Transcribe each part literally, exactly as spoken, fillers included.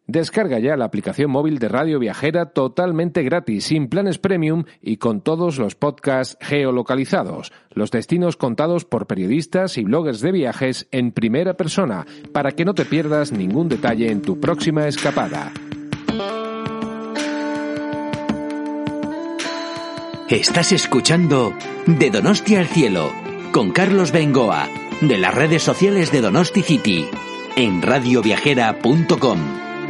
Descarga ya la aplicación móvil de Radio Viajera totalmente gratis, sin planes premium y con todos los podcasts geolocalizados, los destinos contados por periodistas y bloggers de viajes en primera persona, para que no te pierdas ningún detalle en tu próxima escapada. Estás escuchando De Donosti al Cielo, con Carlos Bengoa, de las redes sociales de Donosti City, en radio viajera punto com.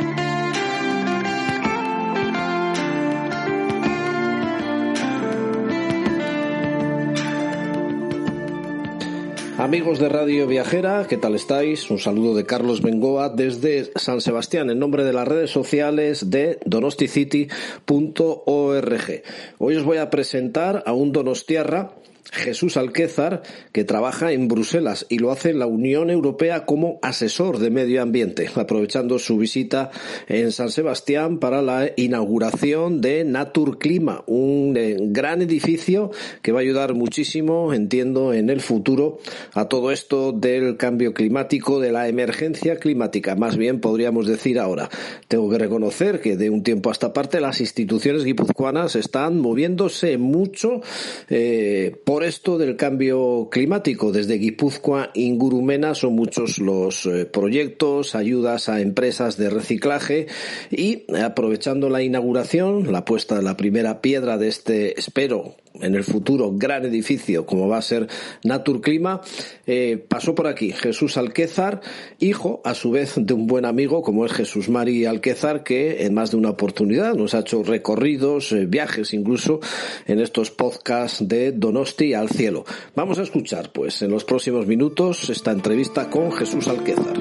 Amigos de Radio Viajera, ¿qué tal estáis? Un saludo de Carlos Bengoa desde San Sebastián, en nombre de las redes sociales de donosti city punto org. Hoy os voy a presentar a un donostiarra, Jesús Alquézar, que trabaja en Bruselas y lo hace en la Unión Europea como asesor de medio ambiente, aprovechando su visita en San Sebastián para la inauguración de Naturclima, un eh, gran edificio que va a ayudar muchísimo, entiendo, en el futuro a todo esto del cambio climático, de la emergencia climática, más bien podríamos decir ahora. Tengo que reconocer que de un tiempo a esta parte las instituciones guipuzcoanas están moviéndose mucho eh, por Por esto del cambio climático. Desde Guipúzcoa Ingurumena son muchos los eh, proyectos, ayudas a empresas de reciclaje y aprovechando la inauguración, la puesta de la primera piedra de este, espero, en el futuro gran edificio como va a ser Naturclima, eh, pasó por aquí Jesús Alquézar, hijo a su vez de un buen amigo como es Jesús Mari Alquézar, que en más de una oportunidad nos ha hecho recorridos, eh, viajes incluso en estos podcasts de Donosti al Cielo. Vamos a escuchar pues en los próximos minutos esta entrevista con Jesús Alquézar.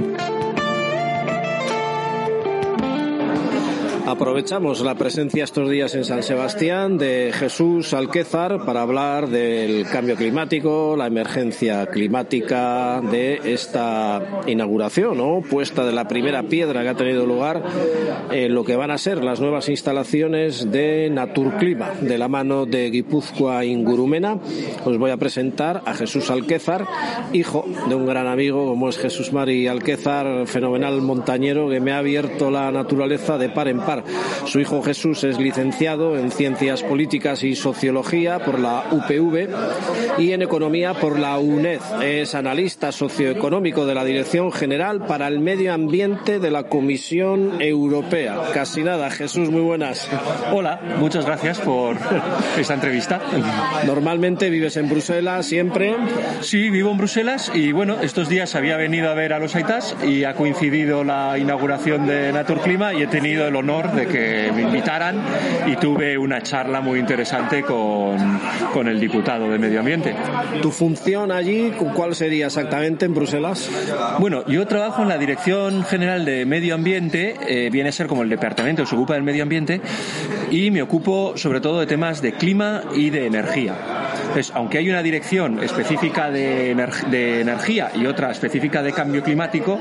Aprovechamos la presencia estos días en San Sebastián de Jesús Alquézar para hablar del cambio climático, la emergencia climática, de esta inauguración, ¿no?, puesta de la primera piedra que ha tenido lugar en lo que van a ser las nuevas instalaciones de Naturclima, de la mano de Guipúzcoa Ingurumena. Os voy a presentar a Jesús Alquézar, hijo de un gran amigo como es Jesús Mari Alquézar, fenomenal montañero que me ha abierto la naturaleza de par en par. Su hijo Jesús es licenciado en Ciencias Políticas y Sociología por la U P V y en Economía por la U N E D. Es analista socioeconómico de la Dirección General para el Medio Ambiente de la Comisión Europea. Casi nada. Jesús, muy buenas. Hola, muchas gracias por esta entrevista. Normalmente vives en Bruselas, siempre. Sí, vivo en Bruselas y bueno, estos días había venido a ver a los Aitas y ha coincidido la inauguración de Naturclima y he tenido el honor de que me invitaran y tuve una charla muy interesante con, con el diputado de Medio Ambiente. ¿Tu función allí cuál sería exactamente en Bruselas? Bueno, yo trabajo en la Dirección General de Medio Ambiente, eh, viene a ser como el departamento que se ocupa del medio ambiente, y me ocupo sobre todo de temas de clima y de energía. Entonces, aunque hay una dirección específica de, ener- de energía y otra específica de cambio climático,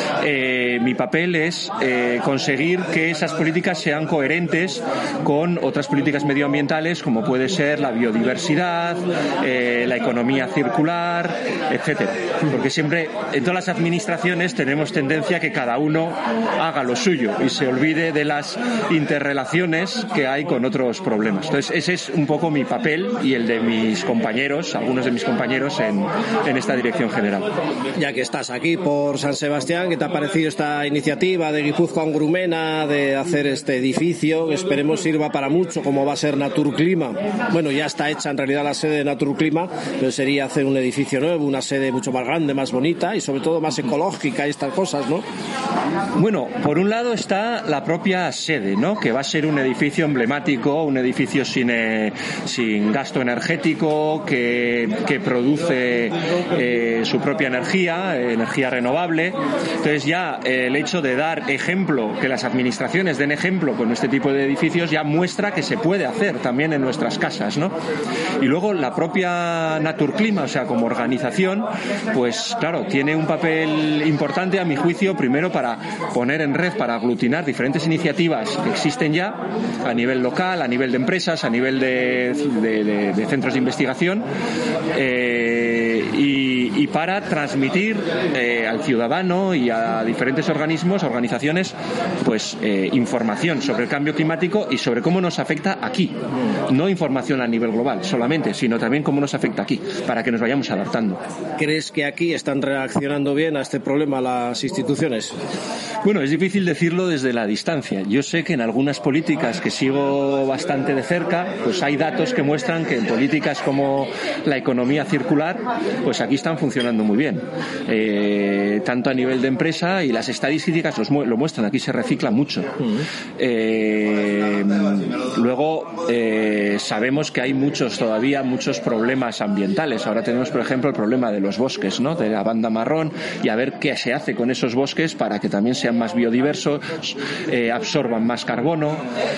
eh, mi papel es eh, conseguir que esas políticas sean coherentes con otras políticas medioambientales como puede ser la biodiversidad, eh, la economía circular, etcétera. Porque siempre en todas las administraciones tenemos tendencia a que cada uno haga lo suyo y se olvide de las interrelaciones que hay con otros problemas. Entonces ese es un poco mi papel y el de mis compañeros, algunos de mis compañeros en, en esta dirección general. Ya que estás aquí por San Sebastián, ¿qué te ha parecido esta iniciativa de Guipúzcoa Ingurumena de hacer este edificio que esperemos sirva para mucho, como va a ser Naturclima? Bueno, ya está hecha en realidad la sede de Naturclima, pero sería hacer un edificio nuevo, una sede mucho más grande, más bonita y sobre todo más ecológica y estas cosas, ¿no? Bueno, por un lado está la propia sede, ¿no?, que va a ser un edificio emblemático, un edificio sin, eh, sin gasto energético, que, que produce eh, su propia energía, eh, energía renovable. Entonces ya eh, el hecho de dar ejemplo, que las administraciones den ejemplo con este tipo de edificios, ya muestra que se puede hacer también en nuestras casas, ¿no? Y luego la propia Naturclima, o sea, como organización, pues claro, tiene un papel importante a mi juicio, primero para poner en red, para aglutinar diferentes iniciativas que existen ya a nivel local, a nivel de empresas, a nivel de, de, de, de centros de investigación, eh, y y, y para transmitir eh, al ciudadano y a diferentes organismos, organizaciones, pues eh, información sobre el cambio climático y sobre cómo nos afecta aquí. No información a nivel global solamente, sino también cómo nos afecta aquí, para que nos vayamos adaptando. ¿Crees que aquí están reaccionando bien a este problema las instituciones? Bueno, es difícil decirlo desde la distancia. Yo sé que en algunas políticas que sigo bastante de cerca, pues hay datos que muestran que en políticas como la economía circular, pues aquí están funcionando muy bien. Eh, tanto a nivel de empresa, y las estadísticas los mu- lo muestran, aquí se recicla mucho. Eh, luego, eh, sabemos que hay muchos todavía, muchos problemas ambientales. Ahora tenemos, por ejemplo, el problema de los bosques, ¿no?, de la banda marrón, y a ver qué se hace con esos bosques para que también sean más biodiversos, eh, absorban más carbono.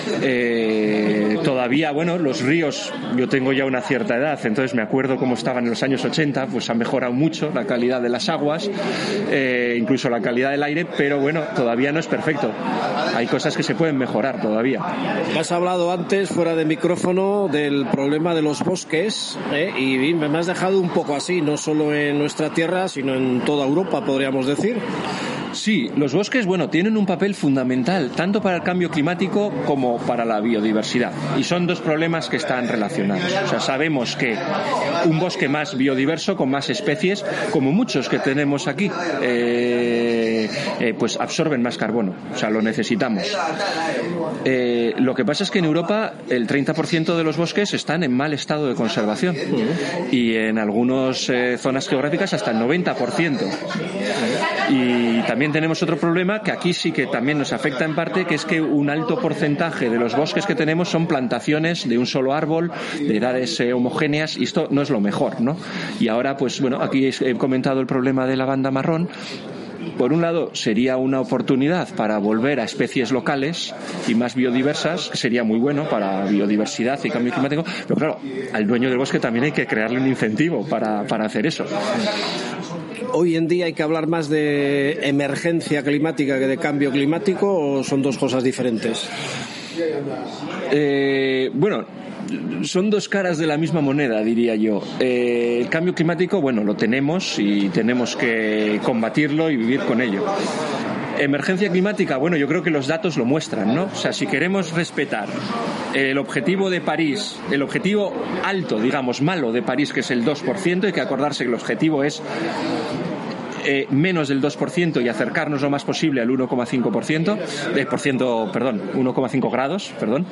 Eh, todavía, bueno, los ríos, yo tengo ya una cierta edad, entonces me acuerdo cómo estaban en los años ochenta, pues ha mejorado mucho la calidad de las aguas, eh, incluso la calidad del aire, pero bueno, todavía no es perfecto. Hay cosas que se pueden mejorar todavía. Has hablado antes, fuera de micrófono, del problema de los bosques, ¿eh? Y me has dejado un poco así, no solo en nuestra tierra, sino en toda Europa, podríamos decir. Sí, los bosques, bueno, tienen un papel fundamental tanto para el cambio climático como para la biodiversidad, y son dos problemas que están relacionados. O sea, sabemos que un bosque más biodiverso, con más especies, como muchos que tenemos aquí, eh, eh, pues absorben más carbono, o sea, lo necesitamos. Eh, lo que pasa es que en Europa el treinta por ciento de los bosques están en mal estado de conservación, y en algunas eh, zonas geográficas hasta el noventa por ciento. Y también tenemos otro problema que aquí sí que también nos afecta en parte, que es que un alto porcentaje de los bosques que tenemos son plantaciones de un solo árbol, de edades eh, homogéneas, y esto no es lo mejor, ¿no? Y ahora, pues bueno, aquí he comentado el problema de la banda marrón. Por un lado, sería una oportunidad para volver a especies locales y más biodiversas, que sería muy bueno para biodiversidad y cambio climático, pero claro, al dueño del bosque también hay que crearle un incentivo para, para hacer eso. ¿Hoy en día hay que hablar más de emergencia climática que de cambio climático, o son dos cosas diferentes? Eh, bueno, son dos caras de la misma moneda, diría yo. Eh, el cambio climático, bueno, lo tenemos y tenemos que combatirlo y vivir con ello. Emergencia climática, bueno, yo creo que los datos lo muestran, ¿no? O sea, si queremos respetar el objetivo de París, el objetivo alto, digamos, malo de París, que es el dos por ciento, hay que acordarse que el objetivo es Eh, menos del dos por ciento y acercarnos lo más posible al uno coma cinco por ciento, eh, por ciento, perdón, uno coma cinco grados, perdón.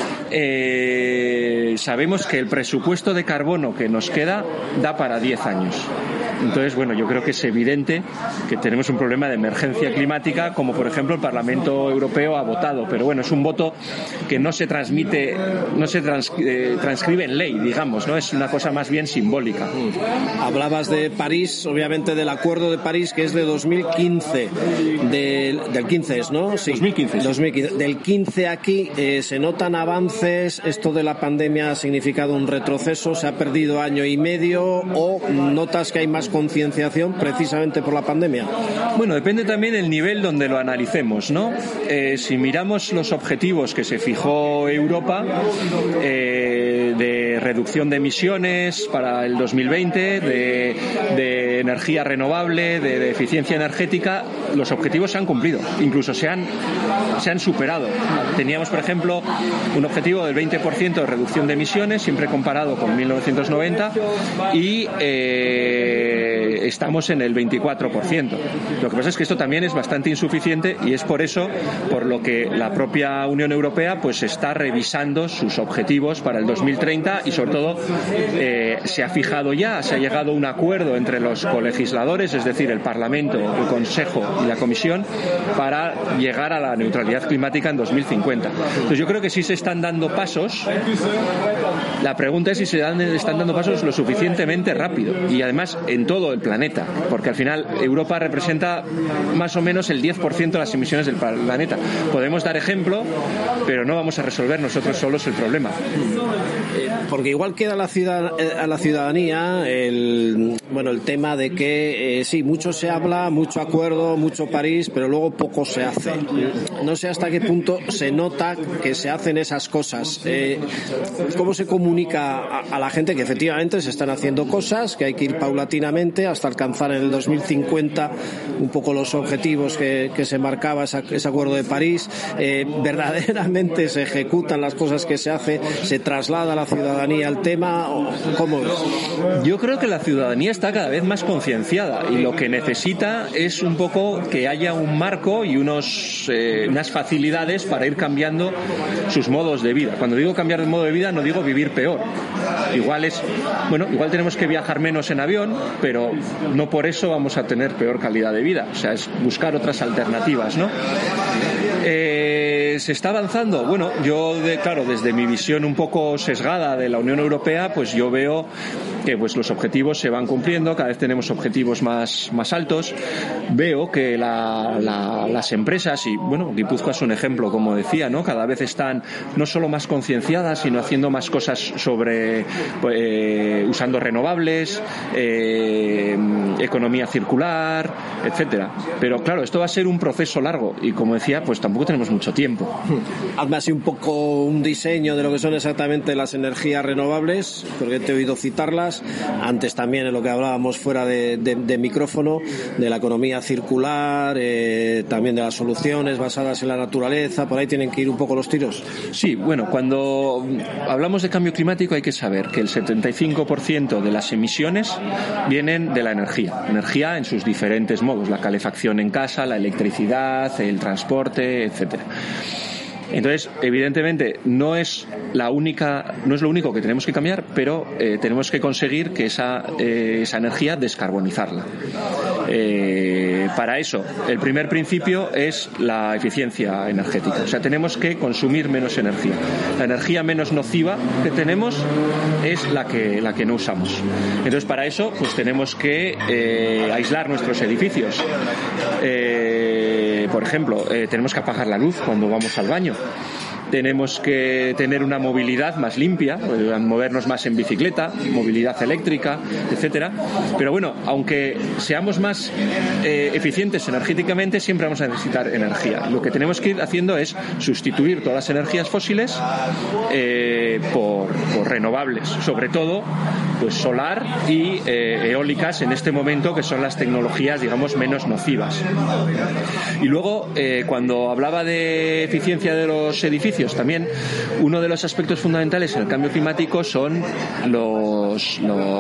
Eh, sabemos que el presupuesto de carbono que nos queda da para diez años. Entonces, bueno, yo creo que es evidente que tenemos un problema de emergencia climática, como por ejemplo el Parlamento Europeo ha votado, pero bueno, es un voto que no se transmite, no se trans, eh, transcribe en ley, digamos, ¿no? Es una cosa más bien simbólica. Hablabas de París, obviamente del Acuerdo de París, que es de dos mil quince, del, del quince es, ¿no? Sí. dos mil quince, sí. dos mil quince. Del quince aquí, eh, ¿se notan avances? ¿Esto de la pandemia ha significado un retroceso? ¿Se ha perdido año y medio? ¿O notas que hay más concienciación precisamente por la pandemia? Bueno, depende también del nivel donde lo analicemos, ¿no? Eh, si miramos los objetivos que se fijó Europa, eh, de reducción de emisiones para el dos mil veinte, de, de energía renovable, de, de eficiencia energética, los objetivos se han cumplido, incluso se han, se han superado. Teníamos, por ejemplo, un objetivo del veinte por ciento de reducción de emisiones, siempre comparado con mil novecientos noventa, y eh, estamos en el veinticuatro por ciento. Lo que pasa es que esto también es bastante insuficiente, y es por eso por lo que la propia Unión Europea pues está revisando sus objetivos para el dos mil treinta, y sobre todo eh, se ha fijado ya, se ha llegado a un acuerdo entre los colegisladores, es decir, el Parlamento, el Consejo y la Comisión, para llegar a la neutralidad climática en dos mil cincuenta. Entonces yo creo que sí se están dando pasos. La pregunta es si se dan, están dando pasos lo suficientemente rápido, y además en todo el planeta, porque al final Europa representa más o menos el diez por ciento de las emisiones del planeta. Podemos dar ejemplo, pero no vamos a resolver nosotros solos el problema. Porque igual queda a la, ciudad, a la ciudadanía el, bueno, el tema de que eh, sí, mucho se habla, mucho acuerdo, mucho París, pero luego poco se hace. No sé hasta qué punto se nota que se hacen esas cosas. Eh, ¿Cómo se comunica a, a la gente que efectivamente se están haciendo cosas, que hay que ir paulatinamente hasta alcanzar en el dos mil cincuenta un poco los objetivos que, que se marcaba esa, ese acuerdo de París? Eh, ¿Verdaderamente se ejecutan las cosas que se hace? ¿Se traslada a la ciudadanía el tema? ¿Cómo es? Yo creo que la ciudadanía está cada vez más concienciada y lo que necesita es un poco que haya un marco y unos, eh, unas facilidades para ir cambiando sus modos de vida. Cuando digo cambiar de modo de vida no digo vivir peor. Igual es, bueno, igual tenemos que viajar menos en avión, pero no por eso vamos a tener peor calidad de vida. O sea, es buscar otras alternativas, ¿no? Eh, ¿Se está avanzando? Bueno, yo, de, claro, desde mi visión un poco sesgada de la Unión Europea, pues yo veo que pues los objetivos se van cumpliendo, cada vez tenemos objetivos más, más altos. Veo que la, la, las empresas, y bueno, Guipúzcoa es un ejemplo, como decía, ¿no? Cada vez están no solo más concienciadas, sino haciendo más cosas sobre eh, usando renovables, eh, economía circular, etcétera. Pero claro, esto va a ser un proceso largo y, como decía, pues tampoco tenemos mucho tiempo. Hazme así un poco un diseño de lo que son exactamente las energías renovables, porque te he oído citarlas antes también en lo que hablábamos fuera de, de, de micrófono, de la economía circular, eh, también de las soluciones basadas en la naturaleza. Por ahí tienen que ir un poco los tiros. Sí, bueno, cuando hablamos de cambio climático hay que saber que el setenta y cinco por ciento de las emisiones vienen de la energía, energía en sus diferentes modos, la calefacción en casa, la electricidad, el transporte, etcétera. Entonces, evidentemente, no es la única, no es lo único que tenemos que cambiar, pero eh, tenemos que conseguir que esa, eh, esa energía descarbonizarla. Eh, para eso, el primer principio es la eficiencia energética. O sea, tenemos que consumir menos energía. La energía menos nociva que tenemos es la que, la que no usamos. Entonces, para eso, pues tenemos que eh, aislar nuestros edificios. Eh, por ejemplo, eh, tenemos que apagar la luz cuando vamos al baño. Tenemos que tener una movilidad más limpia, movernos más en bicicleta, movilidad eléctrica, etcétera. Pero bueno, aunque seamos más eh, eficientes energéticamente, siempre vamos a necesitar energía. Lo que tenemos que ir haciendo es sustituir todas las energías fósiles eh, por, por renovables, sobre todo pues solar y eh, eólicas en este momento, que son las tecnologías, digamos, menos nocivas. Y luego, eh, cuando hablaba de eficiencia de los edificios, también uno de los aspectos fundamentales en el cambio climático son los,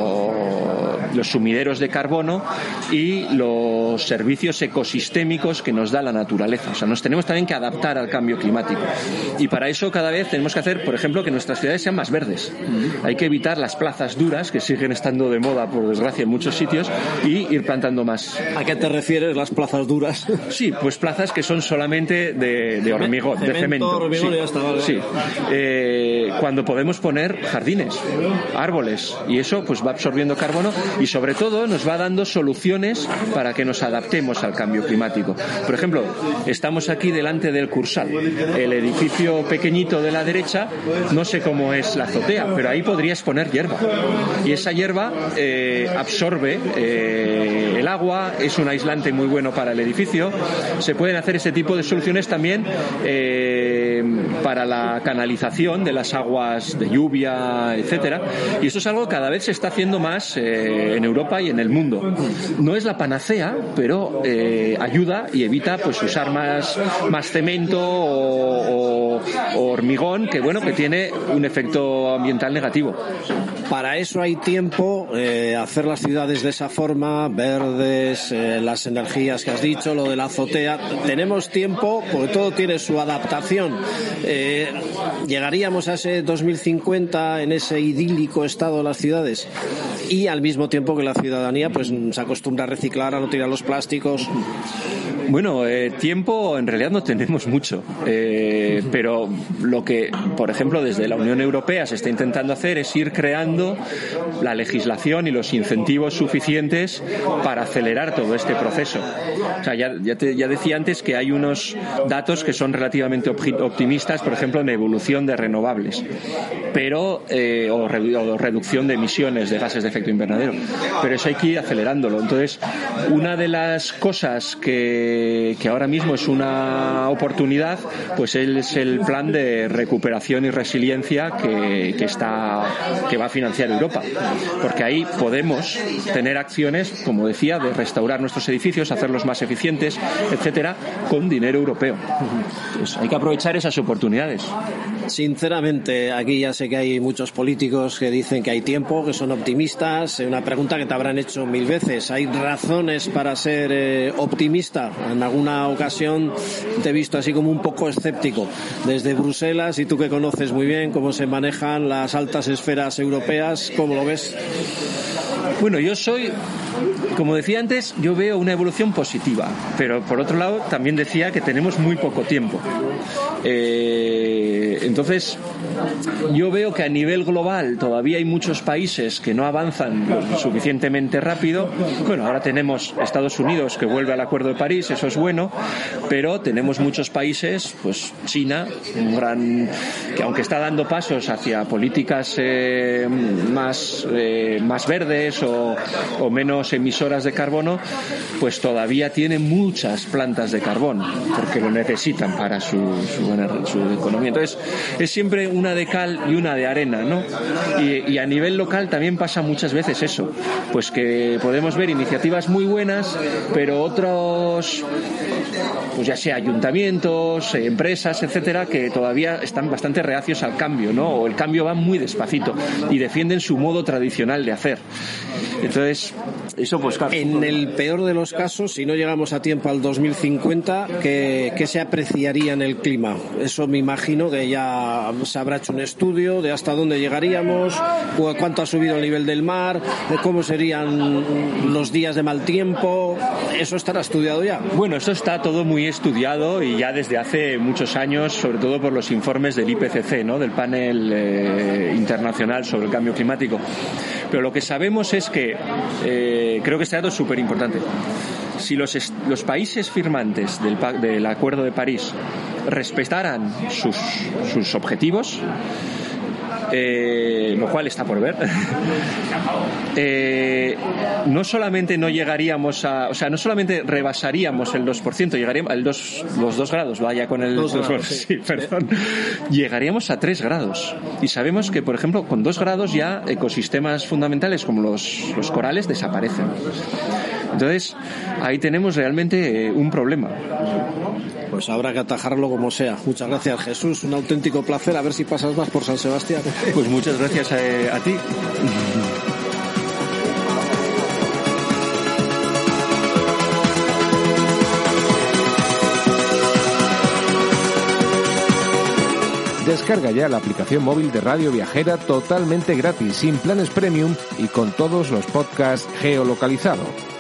los, los sumideros de carbono y los servicios ecosistémicos que nos da la naturaleza. O sea, nos tenemos también que adaptar al cambio climático. Y para eso cada vez tenemos que hacer, por ejemplo, que nuestras ciudades sean más verdes. Mm. Hay que evitar las plazas duras, que siguen estando de moda, por desgracia, en muchos sitios, y ir plantando más. ¿A qué te refieres, las plazas duras? Sí, pues plazas que son solamente de, de hormigón, cemento, de cemento. Hormigón, sí. Ya está, vale. Sí. Eh, cuando podemos poner jardines, árboles, y eso pues va absorbiendo carbono y sobre todo nos va dando soluciones para que nos adaptemos al cambio climático. Por ejemplo, estamos aquí delante del Cursal, el edificio pequeñito de la derecha. No sé cómo es la azotea, pero ahí podrías poner hierba, y esa hierba eh, absorbe eh, el agua, es un aislante muy bueno para el edificio. Se pueden hacer ese tipo de soluciones también eh, para la canalización de las aguas de lluvia, etcétera. Y eso es algo que cada vez se está haciendo más eh, en Europa y en el mundo. No es la panacea, pero eh, ayuda y evita pues usar más, más cemento o, o, o hormigón, que bueno, que tiene un efecto ambiental negativo. Para eso hay tiempo, eh, hacer las ciudades de esa forma, verdes, eh, las energías que has dicho, lo de la azotea. Tenemos tiempo, porque todo tiene su adaptación. Eh, ¿Llegaríamos a ese dos mil cincuenta en ese idílico estado de las ciudades? Y al mismo tiempo que la ciudadanía pues se acostumbra a reciclar, a no tirar los plásticos. Bueno, eh, tiempo en realidad no tenemos mucho, eh, pero lo que, por ejemplo, desde la Unión Europea se está intentando hacer es ir creando dando la legislación y los incentivos suficientes para acelerar todo este proceso. O sea, ya, ya, te, ya decía antes que hay unos datos que son relativamente optimistas, por ejemplo, en evolución de renovables, pero eh, o, redu- o reducción de emisiones de gases de efecto invernadero. Pero eso hay que ir acelerándolo. Entonces, una de las cosas que, que ahora mismo es una oportunidad, pues es el plan de recuperación y resiliencia que, que está que va a financiar Europa, porque ahí podemos tener acciones, como decía, de restaurar nuestros edificios, hacerlos más eficientes, etcétera, con dinero europeo. Pues hay que aprovechar esas oportunidades. Sinceramente, aquí ya sé que hay muchos políticos que dicen que hay tiempo, que son optimistas. Una pregunta que te habrán hecho mil veces. ¿Hay razones para ser eh, optimista? En alguna ocasión te he visto así como un poco escéptico. Desde Bruselas, y tú que conoces muy bien cómo se manejan las altas esferas europeas, ¿cómo lo ves? Bueno, yo soy, como decía antes, yo veo una evolución positiva, pero por otro lado también decía que tenemos muy poco tiempo. Eh, entonces, yo veo que a nivel global todavía hay muchos países que no avanzan lo suficientemente rápido. Bueno, ahora tenemos Estados Unidos que vuelve al Acuerdo de París, eso es bueno, pero tenemos muchos países, pues China, un gran, que aunque está dando pasos hacia políticas eh, más, eh, más verdes o, o menos emisoras de carbono, pues todavía tiene muchas plantas de carbón, porque lo necesitan para su, su, su economía. Entonces, es siempre una de cal y una de arena, ¿no? Y, y a nivel local también pasa muchas veces eso, pues que podemos ver iniciativas muy buenas, pero otros, pues ya sea ayuntamientos, empresas, etcétera, que todavía están bastante reacios al cambio, ¿no? O el cambio va muy despacito y defienden su modo tradicional de hacer. Entonces, eso pues claro. En el peor de los casos, si no llegamos a tiempo al dos mil cincuenta, ¿qué, qué se apreciaría en el clima? Eso me imagino que ya se habrá hecho un estudio de hasta dónde llegaríamos, cuánto ha subido el nivel del mar, de cómo serían los días de mal tiempo. ¿Eso estará estudiado ya? Bueno, eso está todo muy estudiado y ya desde hace muchos años, sobre todo por los informes del I P C C, ¿no? Del panel eh, internacional sobre el cambio climático. Pero lo que sabemos es que, eh, creo que este dato es súper importante, si los, est- los países firmantes del, pa- del Acuerdo de París respetaran sus, sus objetivos, Eh, lo cual está por ver, eh, no solamente no llegaríamos a, o sea, no solamente rebasaríamos el dos por ciento, llegaríamos al dos, los dos grados, vaya con el dos dos, grados, sí, sí. perdón, llegaríamos a tres grados. Y sabemos que, por ejemplo, con dos grados ya ecosistemas fundamentales como los, los corales desaparecen. Entonces, ahí tenemos realmente eh, un problema. Pues habrá que atajarlo como sea. Muchas gracias, Jesús. Un auténtico placer. A ver si pasas más por San Sebastián. Pues muchas gracias a, a ti. Descarga ya la aplicación móvil de Radio Viajera totalmente gratis, sin planes premium y con todos los podcasts geolocalizados.